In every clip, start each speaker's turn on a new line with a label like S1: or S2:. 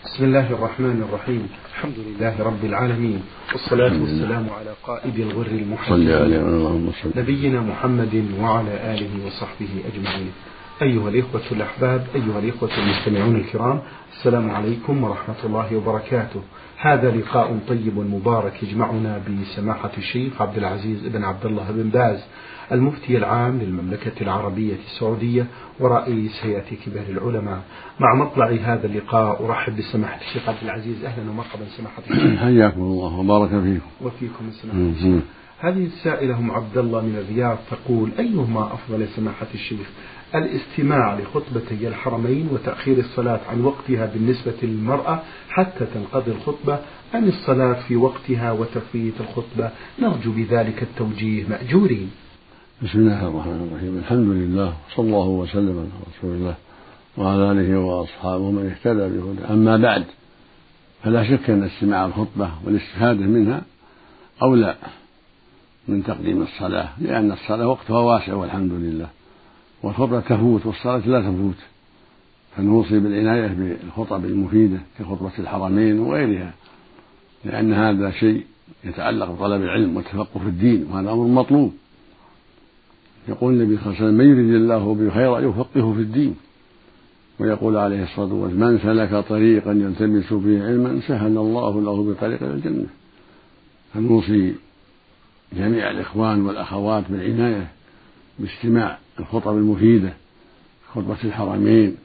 S1: بسم الله الرحمن الرحيم. الحمد لله رب العالمين، والصلاة والسلام على قائد الغر المحمدين نبينا محمد وعلى آله وصحبه أجمعين. أيها الإخوة الأحباب، أيها الإخوة المستمعون الكرام، السلام عليكم ورحمة الله وبركاته. هذا لقاء طيب مبارك يجمعنا بسماحة الشيخ عبد العزيز بن عبد الله بن باز، المفتي العام للمملكة العربية السعودية ورئيس هيئة كبار العلماء. مع مطلع هذا اللقاء أرحب بسماحة الشيخ عبد العزيز. أهلا ومرحبا سماحة الشيخ.
S2: حياكم الله وبارك فيكم.
S1: وفيكم سماحة الشيخ. هذه السائلة أم عبد الله من الرياض تقول: أيهما أفضل سماحة الشيخ، الاستماع لخطبتي الحرمين وتأخير الصلاة عن وقتها بالنسبة للمرأة حتى تنقضي الخطبة، أم الصلاة في وقتها وتفويت الخطبة؟ نرجو بذلك التوجيه مأجورين.
S2: بسم الله الرحمن الرحيم. الحمد لله صلى الله وسلم على رسول الله وعلى آله وأصحابه من اهتدى بهداه. أما بعد، فلا شك أن استماع الخطبة والاستفادة منها أولى من تقديم الصلاة، لأن الصلاة وقتها واسع والحمد لله، والخطبة تفوت والصلاة لا تفوت، فنوصي بالعناية بالخطب المفيدة كخطبة الحرمين وغيرها، لأن هذا شيء يتعلق بطلب العلم والتفقه في الدين، وهذا أمر مطلوب. يقول النبي صلى الله عليه وسلم: من يريد الله به خيرا يفقهه في الدين. ويقول عليه الصلاة والسلام: من سلك طريقا يلتمس فيه علما سهل الله له بطريق إلى الجنة. فنوصي جميع الإخوان والأخوات بالعناية باستماع الخطب المفيدة، خطبة الحرمين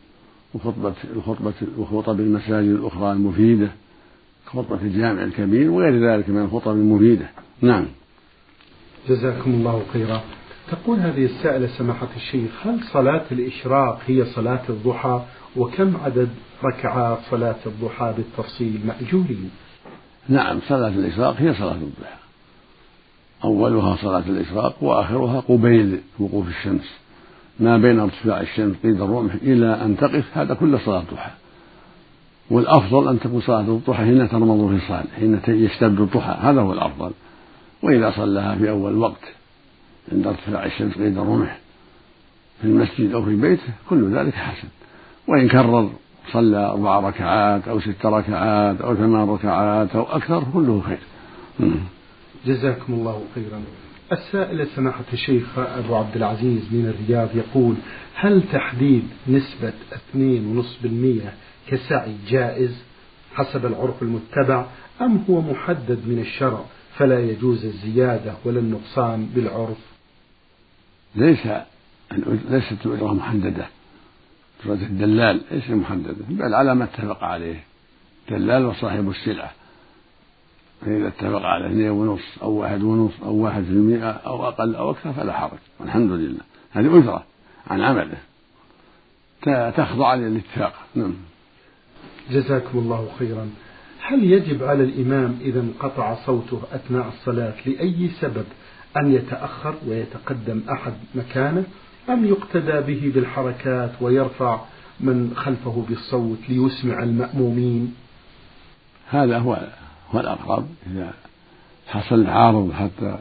S2: وخطب المساجد الأخرى المفيدة، خطبة الجامع الكبير وغير ذلك من الخطب المفيدة. نعم.
S1: جزاكم الله خيرا. تقول هذه السائلة سماحة الشيخ: هل صلاة الإشراق هي صلاة الضحى؟ وكم عدد ركعات صلاة الضحى بالتفصيل مأجورين؟
S2: نعم، صلاة الإشراق هي صلاة الضحى، أولها صلاة الإشراق وآخرها قبيل وقوف الشمس، ما بين ارتفاع الشمس قيد الرمح إلى أن تقف، هذا كله صلاة ضحى. والأفضل أن تكون صلاة الضحى حين ترمض الفصال، حين يشتد الضحى، هذا هو الأفضل. وإذا صلاها في أول وقت عند ارتفاع الشمس قيد الرمح في المسجد أو في بيته كل ذلك حسن. وإن كرر صلى 4 ركعات أو 6 ركعات أو 8 ركعات أو أكثر كله خير.
S1: جزاكم الله خيرا. السائل سماحة الشيخ أبو عبد العزيز من الرياض يقول: هل تحديد نسبة 2.5% كسعي جائز حسب العرف المتبع، أم هو محدد من الشرع فلا يجوز الزيادة ولا النقصان بالعرف؟
S2: ليست الأجرة محددة، أجرة الدلال ليست محددة، بل على ما اتفق عليه الدلال وصاحب السلعة. فإذا اتفق على 2.5 أو 1.5 أو 1% أو أقل أو أكثر فلا حرج، والحمد لله. هذه أجرة عن عمله تخضع للاتفاق. نعم.
S1: جزاكم الله خيرا. هل يجب على الإمام إذا انقطع صوته أثناء الصلاة لأي سبب أن يتأخر ويتقدم أحد مكانه، أم يقتدى به بالحركات ويرفع من خلفه بالصوت ليسمع المأمومين؟
S2: هذا هو الأقرب. إذا حصل عارض حتى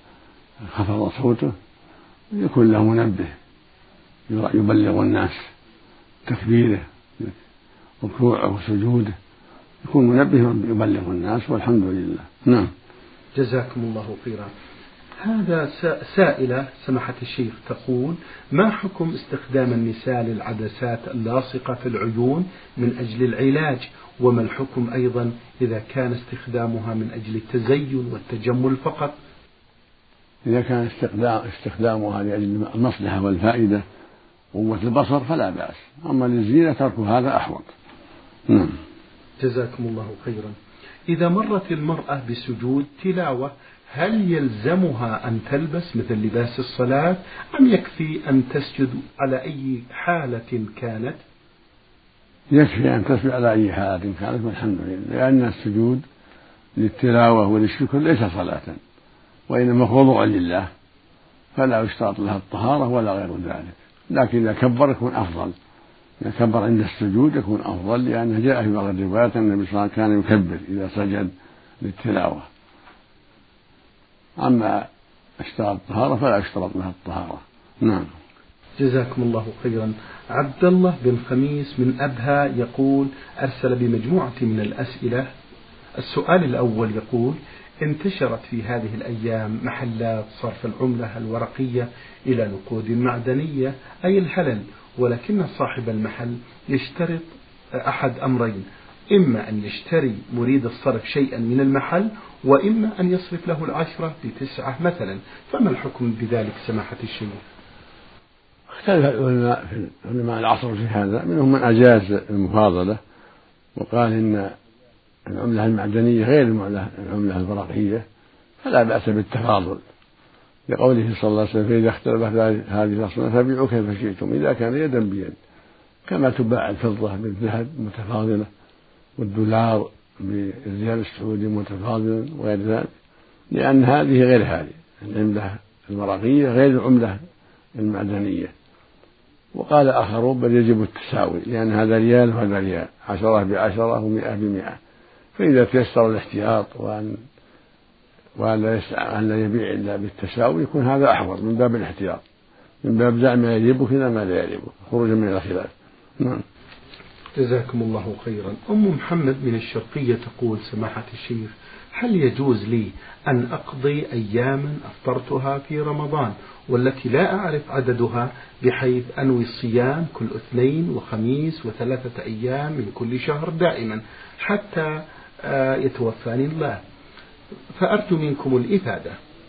S2: خفض صوته يكون له منبه يبلغ الناس تكبيره ركوعه وسجوده، يكون منبه يبلغ الناس، والحمد لله. نعم.
S1: جزاكم الله خيرا. هذا سائلة سماحة الشيخ تقول: ما حكم استخدام النساء للعدسات اللاصقة في العيون من أجل العلاج؟ وما الحكم أيضا إذا كان استخدامها من أجل التزين والتجمل فقط؟
S2: إذا كان استخدامها لأجل المصلحة والفائدة قوة البصر فلا بأس، أما للزينة ترك هذا أحوط. نعم.
S1: جزاكم الله خيرا. إذا مرت المرأة بسجود تلاوة، هل يلزمها أن تلبس مثل لباس الصلاة، أم يكفي أن تسجد على أي حالة كانت؟
S2: يكفي أن تسجد على أي حالة كانت والحمد لله، لأن السجود للتلاوة وللشكر ليس صلاة، وإنما خضوع لله، فلا يشترط لها الطهارة ولا غير ذلك. لكن إذا كبر يكون أفضل، إذا كبر عند السجود يكون أفضل، لأنه جاء في بعض الروايات أن النبي صلى الله عليه وسلم كان يكبر إذا سجد للتلاوة. أما اشتراط الطهارة فلا يشترط لها الطهارة. نعم.
S1: جزاكم الله خيرا. عبد الله بن خميس من أبها يقول أرسل بمجموعة من الأسئلة. السؤال الأول يقول: انتشرت في هذه الأيام محلات صرف العملة الورقية إلى نقود معدنية أي الهلل، ولكن صاحب المحل يشترط أحد أمرين: إما أن يشتري مريد الصرف شيئا من المحل، وإما أن يصرف له 10 ب9 مثلا، فما الحكم بذلك سماحة الشيخ؟
S2: اختلف العلماء في علماء العصر في هذا، منهم من أجاز المفاضلة وقال إن العملة المعدنية غير العملة الورقية فلا بأس بالتفاضل، لقوله صلى الله عليه وسلم: فإذا اختلفت هذه الأصناف فبيعوا كيف شئتم إذا كان يدا بيد، كما تباع الفضة بالذهب متفاضلة والدولار بالريال السعودي متفاضلا وغير ذلك، لأن هذه غير هذه، العملة الورقية غير العملة المعدنية. وقال آخرون: بل يجب التساوي، لأن هذا ريال وهذا ريال، 10 ب10 و100 ب100، فإذا تيسر الاحتياط وأن لا يبيع إلا بالتساوي يكون هذا أحوط من باب الاحتياط، من باب دع ما يجيبك إلى ما لا يجيبك خروجا من الخلاف. نعم.
S1: جزاكم الله خيرا. أم محمد من الشرقية تقول: سماحة الشيخ، هل يجوز لي أن أقضي أياما أفطرتها في رمضان والتي لا أعرف عددها، بحيث أنوي الصيام كل اثنين وخميس و3 أيام من كل شهر دائما حتى يتوفاني الله، فأرجو منكم الإفادة.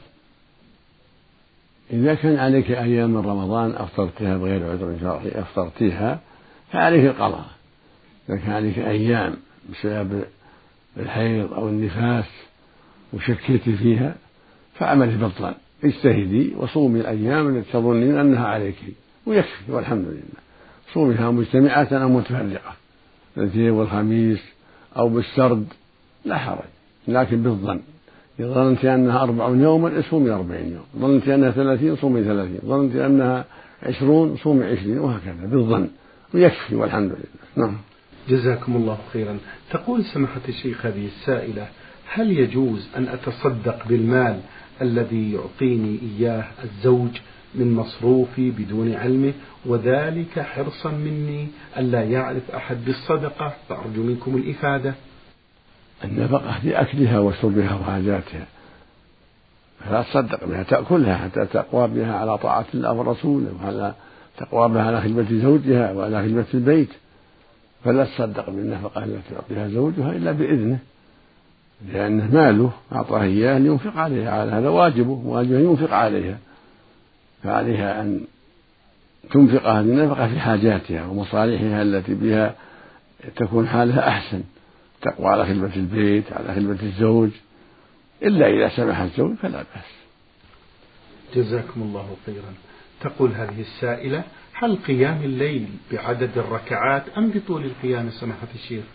S2: إذا كان عليك أيام من رمضان أفطرتها بغير عذر شرعي أفطرتيها فعليك القضاء. إذا كان عليك أيام بسبب الحيض أو النفاس وشكيتي فيها فعملي بالظن، اجتهدي وصومي الأيام التي تظنين أنها عليك ويكفي والحمد لله. صومها مجتمعة أو متفرقة، الاثنين والخميس أو بالسرد لا حرج، لكن بالظن. إذا ظننت أنها 40 يوما صومي 40 يوم، ظننت أنها 30 صومي 30، ظننت أنها 20 صومي 20، وهكذا بالظن ويكفي والحمد لله. نعم.
S1: جزاكم الله خيرا. تقول سماحة الشيخ هذه السائلة: هل يجوز أن أتصدق بالمال الذي يعطيني إياه الزوج من مصروفي بدون علمه، وذلك حرصا مني ألا يعرف أحد بالصدقة، فأرجو منكم الإفادة.
S2: النفقة في أكلها وشربها وحاجاتها، فلا تصدق بها تأكلها حتى تقوى بها على طاعة الله ورسوله، وعلى تقوى بها على خدمة زوجها وعلى خدمة البيت، فلا تصدق بالنفقة التي يعطيها زوجها إلا بإذنه، لأنه ماله أعطاه إياه لينفق عليها، على هذا واجبه ينفق عليها، فعليها أن تنفق هذه النفقة في حاجاتها ومصالحها التي بها تكون حالها أحسن، تقوى على خدمة البيت على خدمة الزوج، إلا إذا سمح الزوج فلا بأس.
S1: جزاكم الله خيرا. تقول هذه السائلة: هل قيام الليل بعدد الركعات أم بطول القيام سماحة الشيخ؟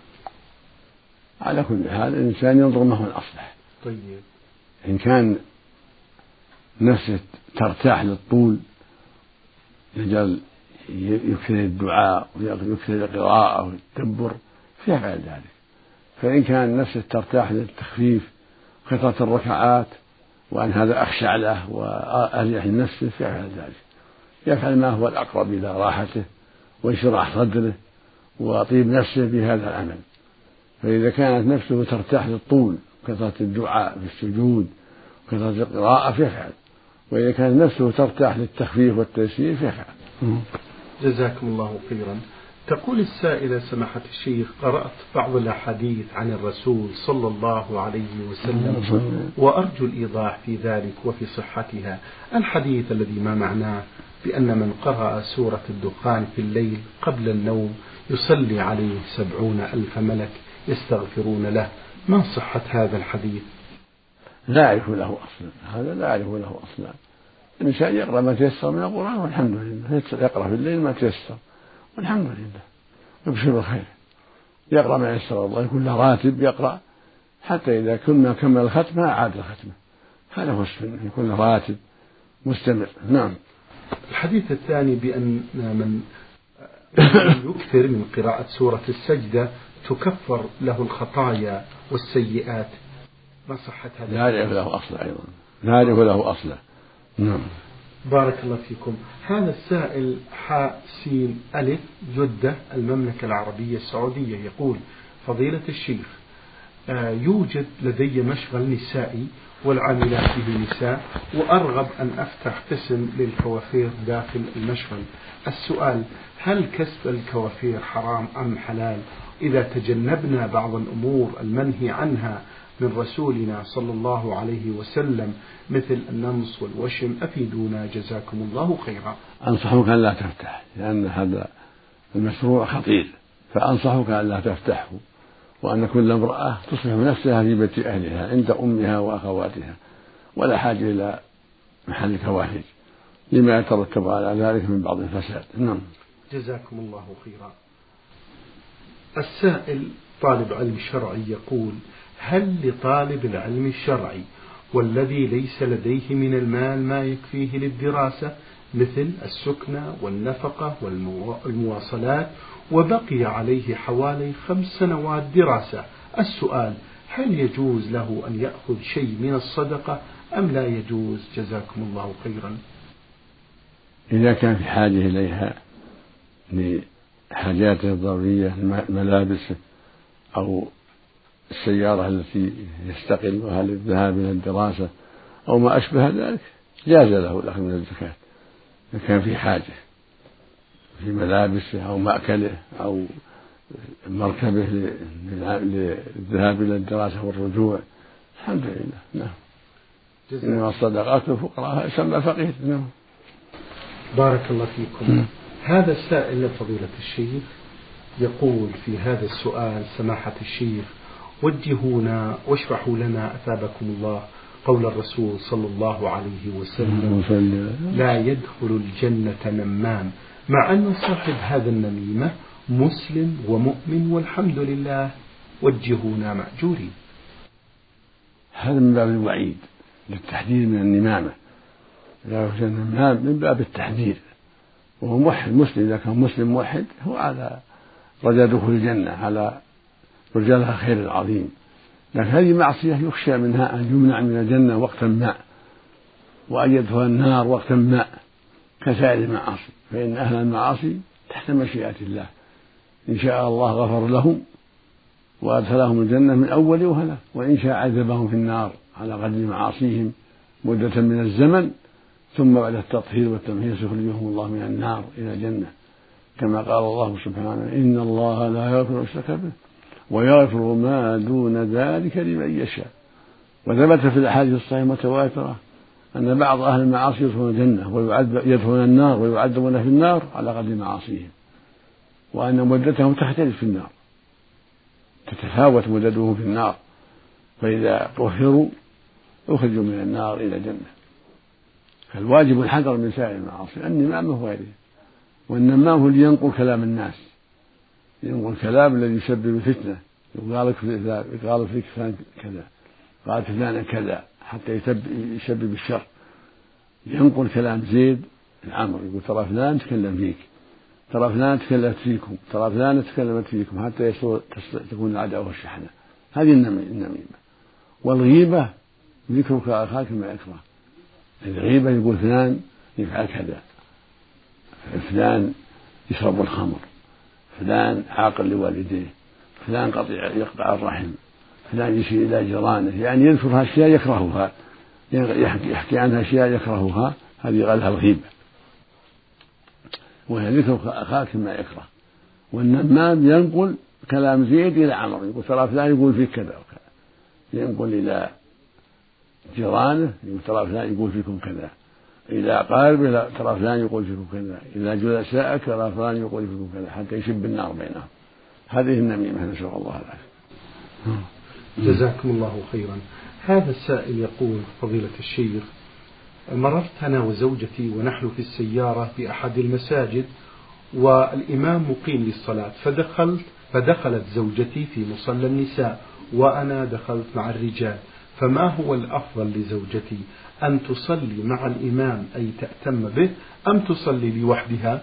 S2: على كل حال الإنسان ينظر ما هو الأصلح.
S1: طيب.
S2: إن كان نفسه ترتاح للطول يجعل يكثر الدعاء ويكثر القراءة والتدبر فيفعل ذلك، فإن كان نفسه ترتاح للتخفيف كثرة الركعات وأن هذا أخشع له وأريح لنفسه فيفعل ذلك، يفعل ما هو الأقرب إلى راحته ويشرح صدره وطيب نفسه بهذا العمل. فإذا كانت نفسه ترتاح للطول كثرة الدعاء في السجود وكثرة القراءة فيفعل، وإذا كانت نفسه ترتاح للتخفيف والتيسير فيفعل.
S1: جزاكم الله خيرا. تقول السائلة: سماحة الشيخ، قرأت بعض الأحاديث عن الرسول صلى الله عليه وسلم وأرجو الإيضاح في ذلك وفي صحتها. الحديث الذي ما معناه بأن من قرأ سورة الدخان في الليل قبل النوم يصلي عليه 70,000 ملك يستغفرون له، ما صحة هذا الحديث؟
S2: لا أعرف له أصلا، هذا لا أعرف له أصلا. الإنسان يقرأ ما تيسر من القرآن والحمد لله، يقرأ في الليل ما تيسر والحمد لله، يبشر بالخير، يقرأ ما يسر الله، يكون له راتب يقرأ حتى إذا كنا كمل الختمة أعاد الختمة، هذا هو السنة، يكون له راتب مستمر. نعم.
S1: الحديث الثاني بأن من يكثر من قراءة سورة السجدة تكفر له الخطايا والسيئات، ما صحة هذا؟
S2: لا يعرف له أصلا، أيضا لا يعرف له أصلا. نعم.
S1: بارك الله فيكم. هذا السائل حاء سين ألف جدة المملكة العربية السعودية يقول: فضيلة الشيخ، يوجد لدي مشغل نسائي والعاملات به نساء، وأرغب أن أفتح قسم للكوافير داخل المشغل. السؤال: هل كسب الكوافير حرام أم حلال إذا تجنبنا بعض الأمور المنهي عنها من رسولنا صلى الله عليه وسلم مثل النمص والوشم؟ أفيدونا جزاكم الله خيرا.
S2: أنصحك أن لا تفتح، لأن هذا المشروع خطير، فأنصحك أن لا تفتحه، وأن كل امرأة تصلح نفسها في بيت أهلها عند أمها وأخواتها، ولا حاجة إلى محل كوافر لما يترتب على ذلك من بعض الفساد. نعم.
S1: جزاكم الله خيرا. السائل طالب علم شرعي يقول: هل لطالب العلم الشرعي والذي ليس لديه من المال ما يكفيه للدراسة مثل السكنة والنفقة والمواصلات، وبقي عليه حوالي 5 سنوات دراسة، السؤال: هل يجوز له أن يأخذ شيء من الصدقة أم لا يجوز؟ جزاكم الله خيرا.
S2: إذا كان في حاجة إليها لحاجاته الضرورية، ملابسه أو السيارة التي يستقلها للذهاب إلى الدراسة أو ما أشبه ذلك، جاز له الأخذ من الزكاة إذا كان في حاجة في ملابسه أو مأكله أو مركبه للذهاب إلى الدراسة والرجوع. الحمد لله. نعم. إنما الصدقات للفقراء يسمى فقير. نعم.
S1: بارك الله فيكم. هذا السائل لفضيلة الشيخ يقول في هذا السؤال: سماحة الشيخ، وجهونا واشرحوا لنا أثابكم الله قول الرسول صلى الله عليه وسلم: لا يدخل الجنة نمام، مع أن صاحب هذا النميمة مسلم ومؤمن والحمد لله. وجهونا مأجورين.
S2: هذا من باب الوعيد للتحذير من النمامة. لا يدخل النمام من باب التحذير، وهو موحد مسلم. إذا كان مسلم موحد هو على رجاء دخول الجنة، على رجاء الخير العظيم، لكن هذه معصية يخشى منها أن يمنع من الجنة وقتا ما، وأن يدخل النار وقتا ما كسائر المعاصي، فإن أهل المعاصي تحت مشيئة الله، إن شاء الله غفر لهم وأدخلهم الجنة من أول وهلة، وإن شاء عذبهم في النار على قدر معاصيهم مدة من الزمن، ثم بعد التطهير والتمهيص يخرجهم الله من النار إلى الجنة، كما قال الله سبحانه: إن الله لا يغفر الشرك به ويغفر ما دون ذلك لمن يشاء. وثبت في الأحاديث الصحيحة المتواترة أن بعض أهل المعاصي يدخلون الجنة يدخلون النار ويعذبون في النار على قدر معاصيهم، وأن مدتهم تختلف في النار، تتفاوت مدتهم في النار، فإذا طهروا أخرجوا من النار إلى الجنة. فالواجب الحذر من سائر المعاصي، النمامة وغيره. والنمام هو اللي ينقل كلام الناس، ينقل الكلام الذي يسبب الفتنة، يقال فيك فلان كذا، قالت فلان كذا، حتى يسبب الشر. ينقل كلام زيد العمر، يقول ترى فلان تكلم فيك، ترى فلان تكلمت فيكم، ترى فلان تكلمت فيكم، حتى تكون العداوة والشحنة. هذه النميمة. والغيبة ذكرك أخاك ما يكره. الغيبة يقول فلان يفعل كذا، فلان يشرب الخمر، فلان عاقل لوالديه، فلان يقطع الرحم، فلان يشير إلى جيرانه، يعني يذكر أشياء يكرهها، يحكي عنها أشياء يكرهها، هذه قالها الغيبة، وهي ذكر أخاك ما يكره. والنمام ينقل كلام زيد إلى عمر، يقول ترى فلان يقول فيك كذا وكذا، ينقل إلى جيرانه، يقول ترى فلان يقول فيكم كذا، إلى أقاربه ترى فلان يقول فيكم كذا، إلى جلسائك ترى فلان يقول فيكم كذا، حتى يشب النار بينهم. هذه النميمة، نسأل الله العافية.
S1: جزاكم الله خيرا. هذا السائل يقول: فضيلة الشيخ، مررت أنا وزوجتي ونحن في السيارة بأحد المساجد والإمام مقيم للصلاة، فدخلت زوجتي في مصلى النساء وأنا دخلت مع الرجال، فما هو الأفضل لزوجتي، أن تصلي مع الإمام أي تأتم به أم تصلي لوحدها؟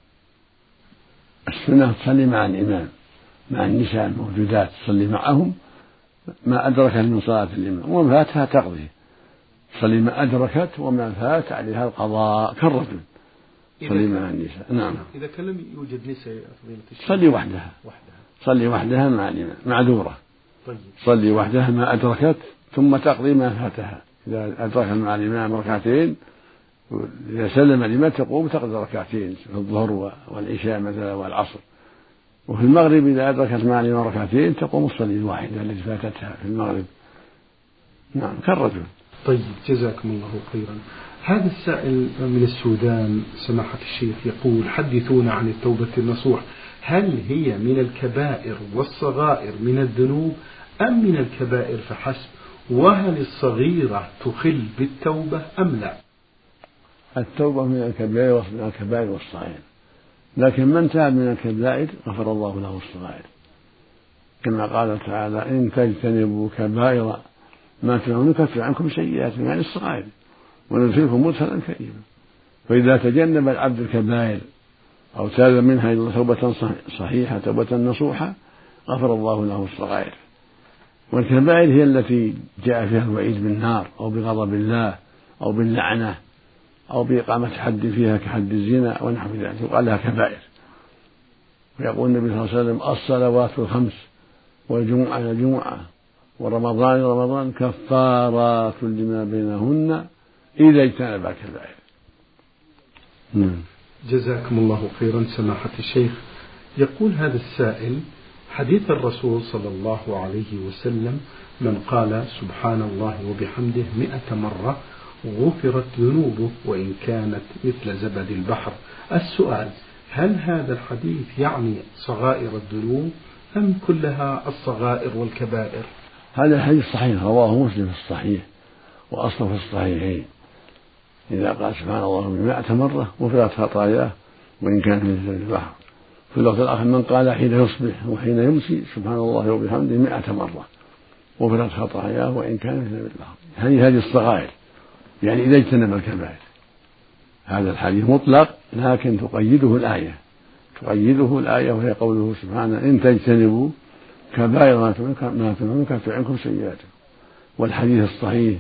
S2: السنة تصلي مع الإمام، مع النساء الموجودات تصلي معهم ما أدرك من صلاة الإمام، وما فاتها تقضي، صلي ما أدركت وما فات عليها القضاء كالرجل. صلي مع النساء. نعم.
S1: إذا كان لم يوجد نساء فضيلة الشيخ
S2: صلي وحدها. صلي وحدها مع الإمام معذورة.
S1: طيب.
S2: صلي وحدها ما أدركت ثم تقضي ما فاتها. إذا أدرك مع الإمام ركعتين إذا سلم الإمام تقوم تقضي ركعتين في الظهر والعشاء مثلا والعصر. وفي المغرب إذا أدركت مع الإمام ركعتين تقوم تصلي الواحدة التي فاتتها في المغرب. نعم كالرجل.
S1: طيب جزاكم الله خيرا. هذا السائل من السودان سماحة الشيخ يقول حدثونا عن التوبة النصوح، هل هي من الكبائر والصغائر من الذنوب أم من الكبائر فحسب؟ وهل الصغيرة تخل بالتوبة أم لا؟
S2: التوبة من الكبائر والصغائر، لكن من تاب من الكبائر غفر الله له الصغائر، كما قال تعالى إن تجتنبوا كبائر ما تنهون نكفر عنكم سيئاتكم، يعني الصغائر وندخلكم مدخلا كريما. فإذا تجنب العبد الكبائر أو تاب منها إلى توبة صحيحة توبة نصوحة غفر الله له الصغائر. والكبائر هي التي جاء فيها الوعيد بالنار أو بغضب الله أو باللعنة أو بإقامة حد فيها كحد الزنا ونحو ذلك يقال لها كبائر. ويقول النبي صلى الله عليه وسلم الصلوات الخمس والجمعة إلى الجمعة ورمضان إلى رمضان كفارات لما بينهن إذا اجتنب الكبائر.
S1: جزاكم الله خيرا سماحة الشيخ. يقول هذا السائل حديث الرسول صلى الله عليه وسلم من قال سبحان الله وبحمده 100 مرة غفرت ذنوبه وإن كانت مثل زبد البحر. السؤال هل هذا الحديث يعني صغائر الذنوب أم كلها الصغائر والكبائر؟
S2: هذا الحديث صحيح رواه مسلم في الصحيح وأصله في الصحيحين. إذا قال سبحان الله 100 مرة غفرت خطاياه وإن كانت مثل زبد البحر. في اللفظ الآخر من قال حين يصبح وحين يمسي سبحان الله وبحمده 100 مرة غفرت خطاياه وإن كانت مثل زبد البحر. هذه الصغائر يعني إذا اجتنب الكبائر. هذا الحديث مطلق لكن تقيده الآية وهي قوله سبحانه إن تجتنبوا كبائر ما تنهون نكفر عنكم سيئاتكم. والحديث الصحيح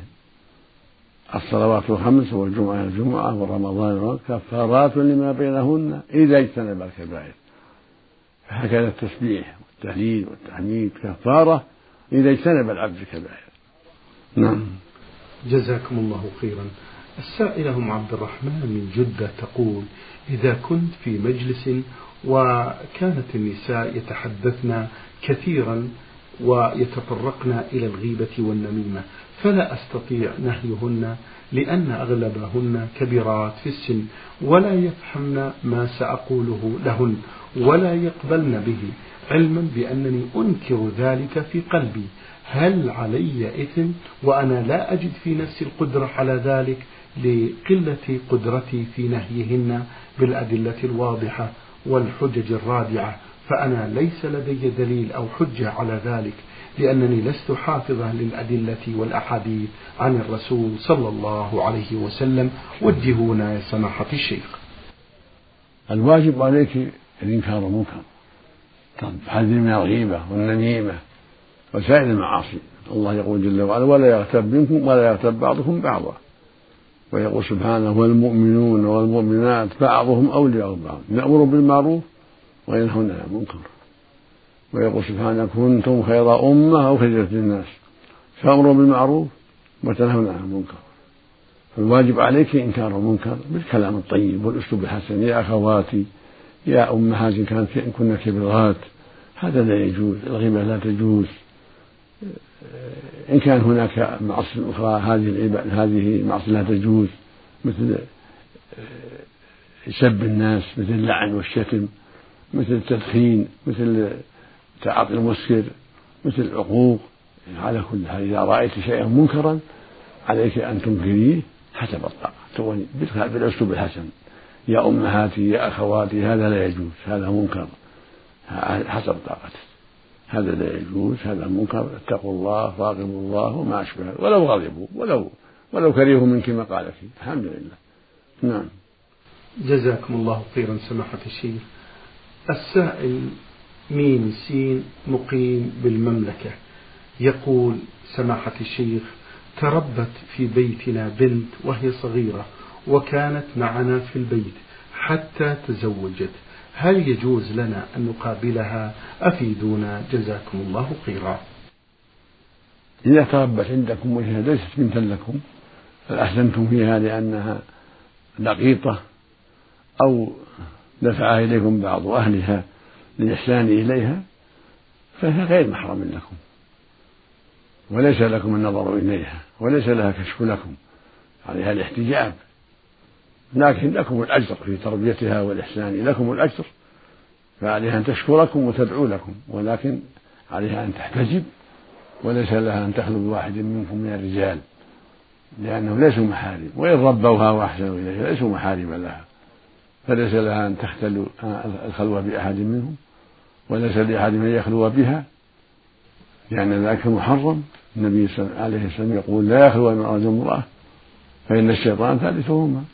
S2: الصلوات الخمس والجمعة إلى الجمعة ورمضان كفارات لما بينهن إذا اجتنب الكبائر. فهكذا التسبيح والتهليل والتحميد كفارة إذا اجتنب العبد الكبائر. نعم.
S1: جزاكم الله خيرا. السائلة أم عبد الرحمن من جدة تقول إذا كنت في مجلس وكانت النساء يتحدثن كثيرا ويتطرقن إلى الغيبة والنميمة فلا أستطيع نهيهن لأن أغلبهن كبيرات في السن ولا يفهمن ما سأقوله لهن ولا يقبلن به علما بأنني أنكر ذلك في قلبي. هل علي إثم وأنا لا أجد في نفسي القدرة على ذلك لقلة قدرتي في نهيهن بالأدلة الواضحة والحجج الرادعة؟ فأنا ليس لدي دليل أو حجة على ذلك لأنني لست حافظا للأدلة والأحاديث عن الرسول صلى الله عليه وسلم. وجهونا يا سماحة الشيخ.
S2: الواجب عليك الإنكار المنكر، تحذر من الغيبة والنميمة وسائر المعاصي. الله يقول جل وعلا ولا يغتب منكم ولا يغتب بعضكم بعضا، ويقول سبحانه والمؤمنون والمؤمنات بعضهم أولياء بعض يأمر بالمعروف وينهون عن المنكر. ويقول سبحانه كنتم خير أمة أخرجت للناس تأمرون بالمعروف وتنهون عن المنكر. فالواجب عليك إنكار المنكر بالكلام الطيب والأسلوب الحسن. يا أخواتي يا أمهات إن كن كبيرات هذا لا يجوز، الغيبة لا تجوز. إن كان هناك معصية أخرى هذه معصية لا تجوز مثل سب الناس مثل اللعن والشتم مثل التدخين مثل تعاطي المسكر مثل العقوق. على كل هذا إذا رأيت شيئا منكرا عليك أن تنكريه حسب الطاقة بالأسلوب الحسن. يا أمهاتي يا أخواتي هذا لا يجوز، هذا منكر حسب طاقته، هذا لا يجوز، هذا منكر، اتقوا الله راقبوا الله وما أشبه ولو غضبوا ولو كرهوا منك ما قال فيه. الحمد لله. نعم.
S1: جزاكم الله خيرا سماحة الشيخ. السائل ميم سين مقيم بالمملكة يقول سماحة الشيخ تربت في بيتنا بنت وهي صغيرة وكانت معنا في البيت حتى تزوجت، هل يجوز لنا أن نقابلها؟ أفيدونا جزاكم الله خيرا.
S2: إذا تربت عندكم وهي ليست بنتا لكم فأحسنتم فيها لأنها لقيطة أو دفع إليكم بعض أهلها للإحسان إليها فهي غير محرم لكم وليس لكم النظر إليها وليس لها كشف لكم، عليها الاحتجاب، لكن لكم الأجر في تربيتها والإحسان، لكم الأجر، فعليها أن تشكركم وتدعو لكم، ولكن عليها أن تحتجب وليس لها أن تخلو بواحد منكم من الرجال لأنهم ليسوا محارم، وإن ربوها وأحسنوا إليها ليسوا محارم لها، فليس لها أن تختل الخلوة بأحد منهم وليس لأحد من يخلو بها لأن ذلك محرم. النبي عليه السلام يقول لا يخلو من رجل امرأة فإن الشيطان ثالثهما،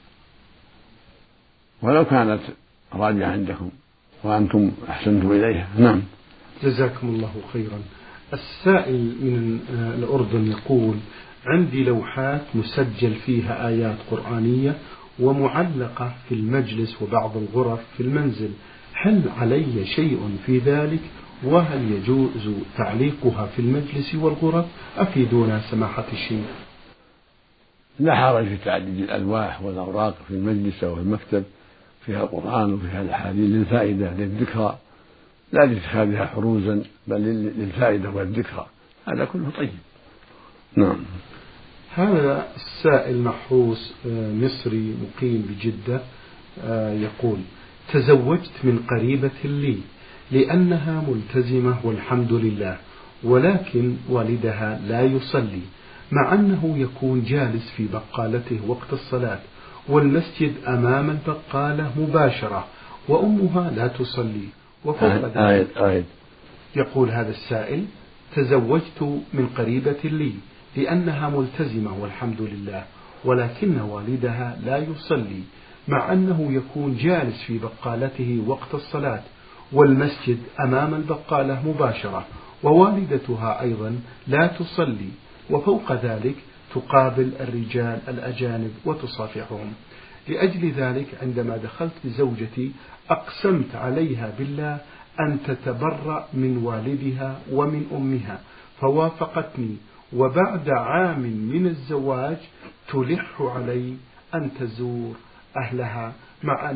S2: ولو كانت راجعة عندكم وأنتم أحسنتم إليها. نعم.
S1: جزاكم الله خيرا. السائل من الأردن يقول عندي لوحات مسجل فيها آيات قرآنية ومعلقة في المجلس وبعض الغرف في المنزل، هل علي شيء في ذلك؟ وهل يجوز تعليقها في المجلس والغرف؟ أفيدونا سماحة الشيخ.
S2: لا حرج في تعديد الألواح والأوراق في المجلس أو المكتب فيها القرآن وفيها الأحاديث للفائدة للذكرى، لا لاتخاذها حروزا بل للفائدة والذكرى، هذا كله طيب. نعم.
S1: هذا السائل محروس مصري مقيم بجدة يقول تزوجت من قريبة لي لأنها ملتزمة والحمد لله، ولكن والدها لا يصلي مع أنه يكون جالس في بقالته وقت الصلاة والمسجد أمام البقالة مباشرة، وأمها لا تصلي. وفوق ذلك يقول هذا السائل تزوجت من قريبة لي لأنها ملتزمة والحمد لله، ولكن والدها لا يصلي مع أنه يكون جالس في بقالته وقت الصلاة والمسجد أمام البقالة مباشرة، ووالدتها أيضا لا تصلي، وفوق ذلك تقابل الرجال الأجانب وتصافحهم. لأجل ذلك عندما دخلت لزوجتي أقسمت عليها بالله أن تتبرأ من والدها ومن أمها، فوافقتني، وبعد عام من الزواج تلح علي أن تزور أهلها مع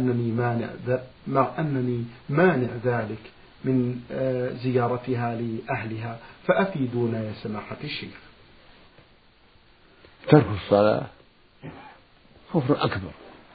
S1: أنني مانع ذلك من زيارتها لأهلها، فأفيدونا يا سماحة الشيخ.
S2: ترك الصلاة كفر أكبر،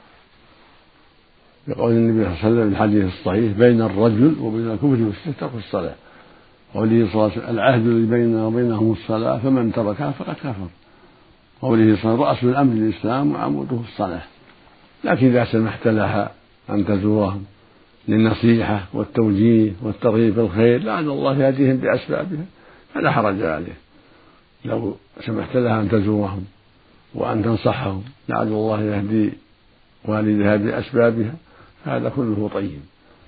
S2: يقول النبي صلى الله عليه وسلم في الحديث الصحيح بين الرجل وبين الكفر والشرك ترك الصلاة، قوله صلى الله عليه وسلم العهد الذي بيننا وبينهم الصلاة فمن تركها فقد كفر، قوله صلى الله عليه وسلم رأس الأمر الإسلام وعموده الصلاة. لكن إذا سمحت لها أن تزورهم للنصيحة والتوجيه والترغيب في الخير لعل الله يهديهم بأسبابها فلا حرج عليه، لو سمحت لها أن تزورهم وأن تنصحهم لعل الله يهدي والدها بأسبابها، هذا كله طيب.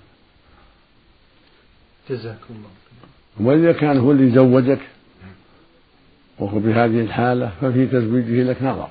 S1: جزاكم الله.
S2: وإذا كان هو اللي زوجك وهو بهذه الحالة ففي تزويجه لك نظر،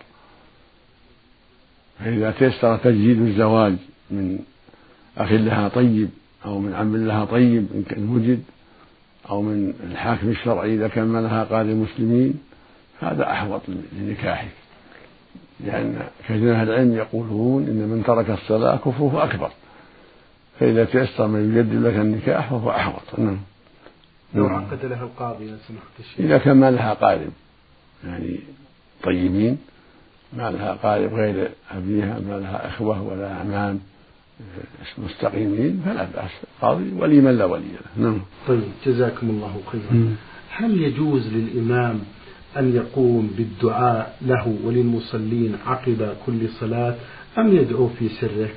S2: فإذا تيسر تجديد الزواج من أخ لها طيب أو من عم لها طيب إن كان وجد أو من الحاكم الشرعي إذا كان لها قاضي المسلمين هذا أحوط لنكاحك، لأن كثير من العلم يقولون إن من ترك الصلاة كفره أكبر، فإذا تيسر من يجدد لك النكاح فهو أحوط. نعم.
S1: لو عقد لها القاضي يا سماحة الشيخ،
S2: إذا كان ما لها قارب يعني طيبين، ما لها قارب غير أبيها، ما لها إخوة ولا أعمام مستقيمين فلا بأس، قاضي ولي من لا ولي له. نعم.
S1: طيب جزاكم الله خيرا. هل يجوز للإمام أن يقوم بالدعاء له وللمصلين عقب كل صلاة أم يدعو في سره؟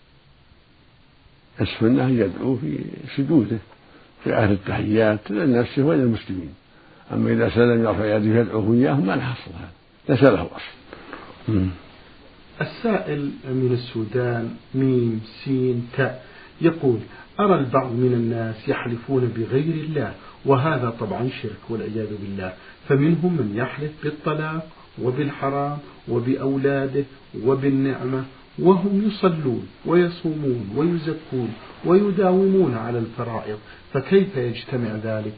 S2: السنة يدعو في سجوده في آخر التحيات لنفسه وللمسلمين، أما إذا سلم يرفع يده يدعوه إياهم ما نحصل هذا، ليس له أصل.
S1: السائل من السودان ميم سين تاء يقول أرى البعض من الناس يحلفون بغير الله، وهذا طبعا شرك والعياذ بالله، فمنهم من يحلف بالطلاق وبالحرام وبأولاده وبالنعمة، وهم يصلون ويصومون ويزكون ويداومون على الفرائض، فكيف يجتمع ذلك؟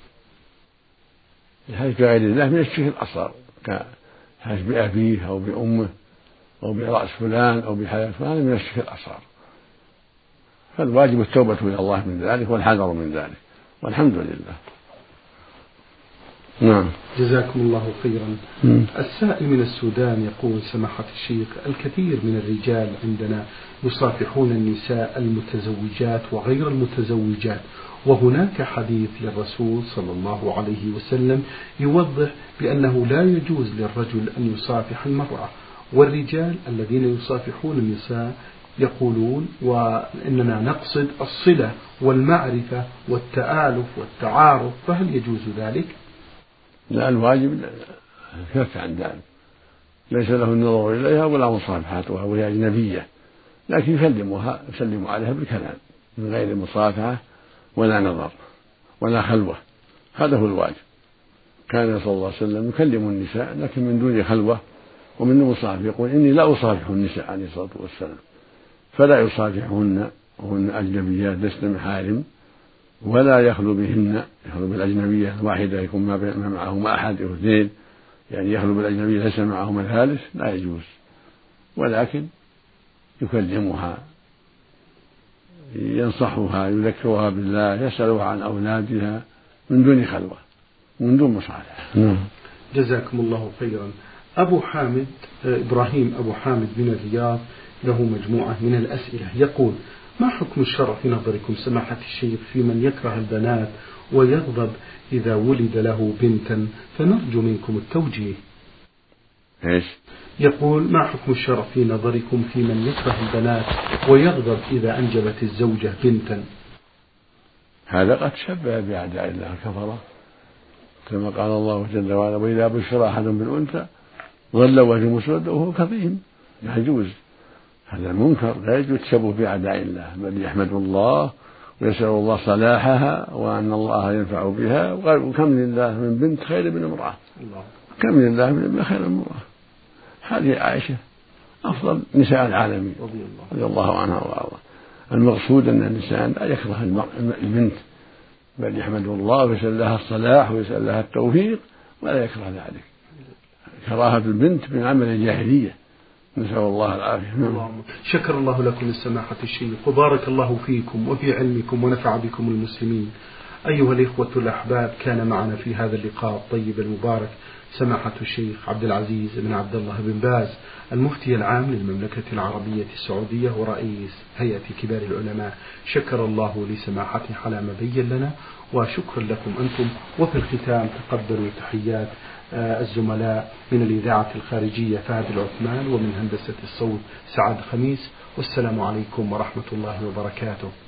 S2: الحج بغير الله من الشرك الأصغر، كالحج بأبيه أو بأمه أو برأس فلان أو بحياة فلان، من الشرك الأصغر، فالواجب التوبة إلى الله من ذلك والحذر من ذلك، والحمد لله. نعم.
S1: جزاكم الله خيرا. السائل من السودان يقول: سماحة الشيخ، الكثير من الرجال عندنا يصافحون النساء المتزوجات وغير المتزوجات، وهناك حديث للرسول صلى الله عليه وسلم يوضح بأنه لا يجوز للرجل أن يصافح المرأة، والرجال الذين يصافحون النساء يقولون وإننا نقصد الصلة والمعرفة والتآلف والتعارف، فهل يجوز ذلك؟
S2: لا، الواجب الكف عن ذلك، ليس له النظر إليها ولا مصافحتها وهي أجنبية، لكن يسلم عليها بالكلام من غير مصافحة ولا نظر ولا خلوة، هذا هو الواجب. كان صلى الله عليه وسلم يكلم النساء لكن من دون خلوة ومن دون مصافحة، يقول: إني لا أصافح النساء عليه الصلاة والسلام، فلا يصافحهن وهن أجنبيات لسن محارم، ولا يخلو بهن، يخلو بالأجنبية الواحدة يكون ما معهما أحد أو اثنين، يعني يخلو بالأجنبية ليس معهما ثالث، لا يجوز، ولكن يكلمها، ينصحها، يذكرها بالله، يسألها عن أولادها من دون خلوة من دون مصالحة.
S1: جزاكم الله خيرا. أبو حامد إبراهيم أبو حامد من الرياض له مجموعة من الأسئلة، يقول: ما حكم الشرع في نظركم سماحة الشيخ في من يكره البنات ويغضب إذا ولد له بنتا، فنرجو منكم التوجيه.
S2: إيش؟
S1: يقول: ما حكم الشرع في نظركم في من يكره البنات ويغضب إذا أنجبت الزوجة بنتا؟
S2: هذا قد شبه بأعداء الله الكفرة، كما قال الله جل وعلا: وإذا بشر أحد بالأنثى ظل وجهه مسودا وهو كظيم. لا يجوز، هذا المنكر، لا يجوز تشبه بأعداء الله، بل يحمد الله ويسأل الله صلاحها وأن الله ينفع بها، وكم لله من بنت خير من امرأة، كم لله من ابن خير من امرأة. هذه عائشة أفضل نساء العالمين رضي الله عنها وأرضاها. المقصود أن الإنسان لا يكره البنت، بل يحمد الله ويسأل لها الصلاح ويسأل لها التوفيق، ولا يكره ذلك. كراهة البنت من عمل الجاهلية، نسأل الله العافية.
S1: شكر الله لكم السماحة الشيخ، وبارك الله فيكم وفي علمكم ونفع بكم المسلمين. أيها الإخوة الأحباب، كان معنا في هذا اللقاء الطيب المبارك سماحة الشيخ عبد العزيز بن عبد الله بن باز، المفتي العام للمملكة العربية السعودية ورئيس هيئة كبار العلماء. شكر الله لسماحته على ما بين لنا، وشكرا لكم أنتم. وفي الختام تقبلوا تحيات الزملاء من الإذاعة الخارجية فهد العثمان، ومن هندسة الصوت سعد خميس، والسلام عليكم ورحمة الله وبركاته.